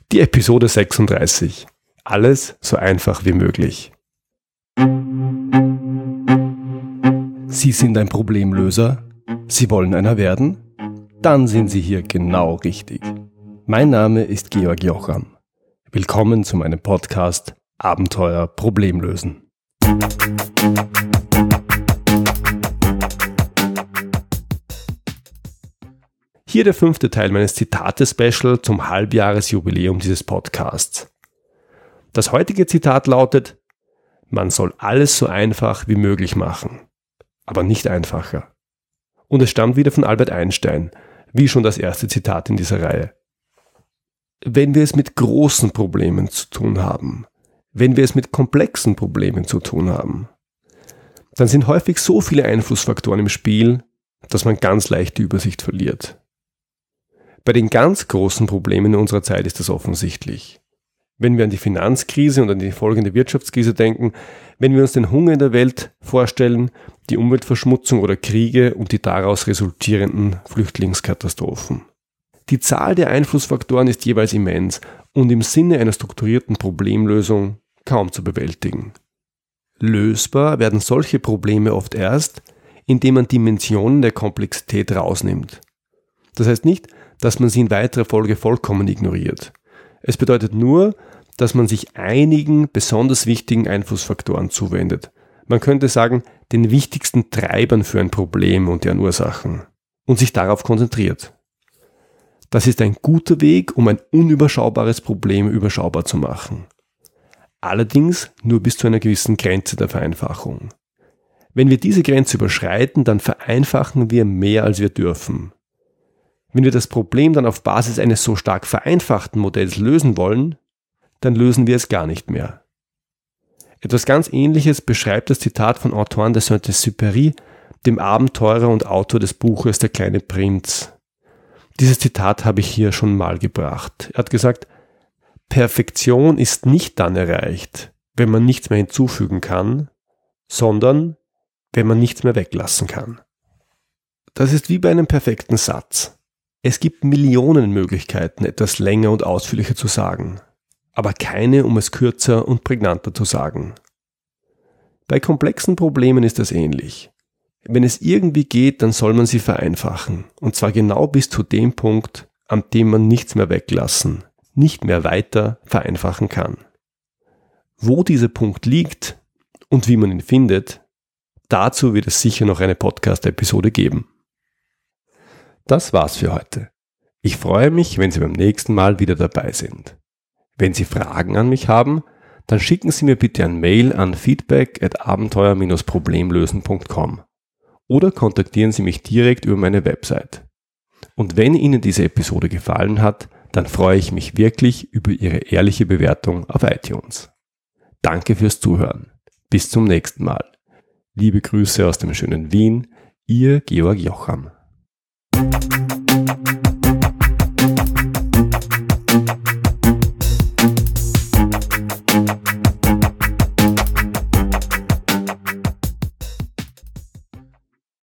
Die Episode 36. Alles so einfach wie möglich. Sie sind ein Problemlöser? Sie wollen einer werden? Dann sind Sie hier genau richtig. Mein Name ist Georg Jocham. Willkommen zu meinem Podcast Abenteuer Problemlösen. Hier der 5. Teil meines Zitate-Special zum Halbjahresjubiläum dieses Podcasts. Das heutige Zitat lautet: Man soll alles so einfach wie möglich machen, aber nicht einfacher. Und es stammt wieder von Albert Einstein, wie schon das erste Zitat in dieser Reihe. Wenn wir es mit großen Problemen zu tun haben, wenn wir es mit komplexen Problemen zu tun haben, dann sind häufig so viele Einflussfaktoren im Spiel, dass man ganz leicht die Übersicht verliert. Bei den ganz großen Problemen in unserer Zeit ist das offensichtlich. Wenn wir an die Finanzkrise und an die folgende Wirtschaftskrise denken, wenn wir uns den Hunger in der Welt vorstellen, die Umweltverschmutzung oder Kriege und die daraus resultierenden Flüchtlingskatastrophen. Die Zahl der Einflussfaktoren ist jeweils immens und im Sinne einer strukturierten Problemlösung kaum zu bewältigen. Lösbar werden solche Probleme oft erst, indem man Dimensionen der Komplexität rausnimmt. Das heißt nicht, dass man sie in weiterer Folge vollkommen ignoriert. Es bedeutet nur, dass man sich einigen besonders wichtigen Einflussfaktoren zuwendet. Man könnte sagen, den wichtigsten Treibern für ein Problem und deren Ursachen und sich darauf konzentriert. Das ist ein guter Weg, um ein unüberschaubares Problem überschaubar zu machen. Allerdings nur bis zu einer gewissen Grenze der Vereinfachung. Wenn wir diese Grenze überschreiten, dann vereinfachen wir mehr, als wir dürfen. Wenn wir das Problem dann auf Basis eines so stark vereinfachten Modells lösen wollen, dann lösen wir es gar nicht mehr. Etwas ganz Ähnliches beschreibt das Zitat von Antoine de Saint-Exupéry, dem Abenteurer und Autor des Buches Der kleine Prinz. Dieses Zitat habe ich hier schon mal gebracht. Er hat gesagt: Perfektion ist nicht dann erreicht, wenn man nichts mehr hinzufügen kann, sondern wenn man nichts mehr weglassen kann. Das ist wie bei einem perfekten Satz. Es gibt Millionen Möglichkeiten, etwas länger und ausführlicher zu sagen, aber keine, um es kürzer und prägnanter zu sagen. Bei komplexen Problemen ist das ähnlich. Wenn es irgendwie geht, dann soll man sie vereinfachen, und zwar genau bis zu dem Punkt, an dem man nichts mehr weglassen, nicht mehr weiter vereinfachen kann. Wo dieser Punkt liegt und wie man ihn findet, dazu wird es sicher noch eine Podcast-Episode geben. Das war's für heute. Ich freue mich, wenn Sie beim nächsten Mal wieder dabei sind. Wenn Sie Fragen an mich haben, dann schicken Sie mir bitte ein Mail an feedback@abenteuer-problemlösen.com oder kontaktieren Sie mich direkt über meine Website. Und wenn Ihnen diese Episode gefallen hat, dann freue ich mich wirklich über Ihre ehrliche Bewertung auf iTunes. Danke fürs Zuhören. Bis zum nächsten Mal. Liebe Grüße aus dem schönen Wien, Ihr Georg Jocham.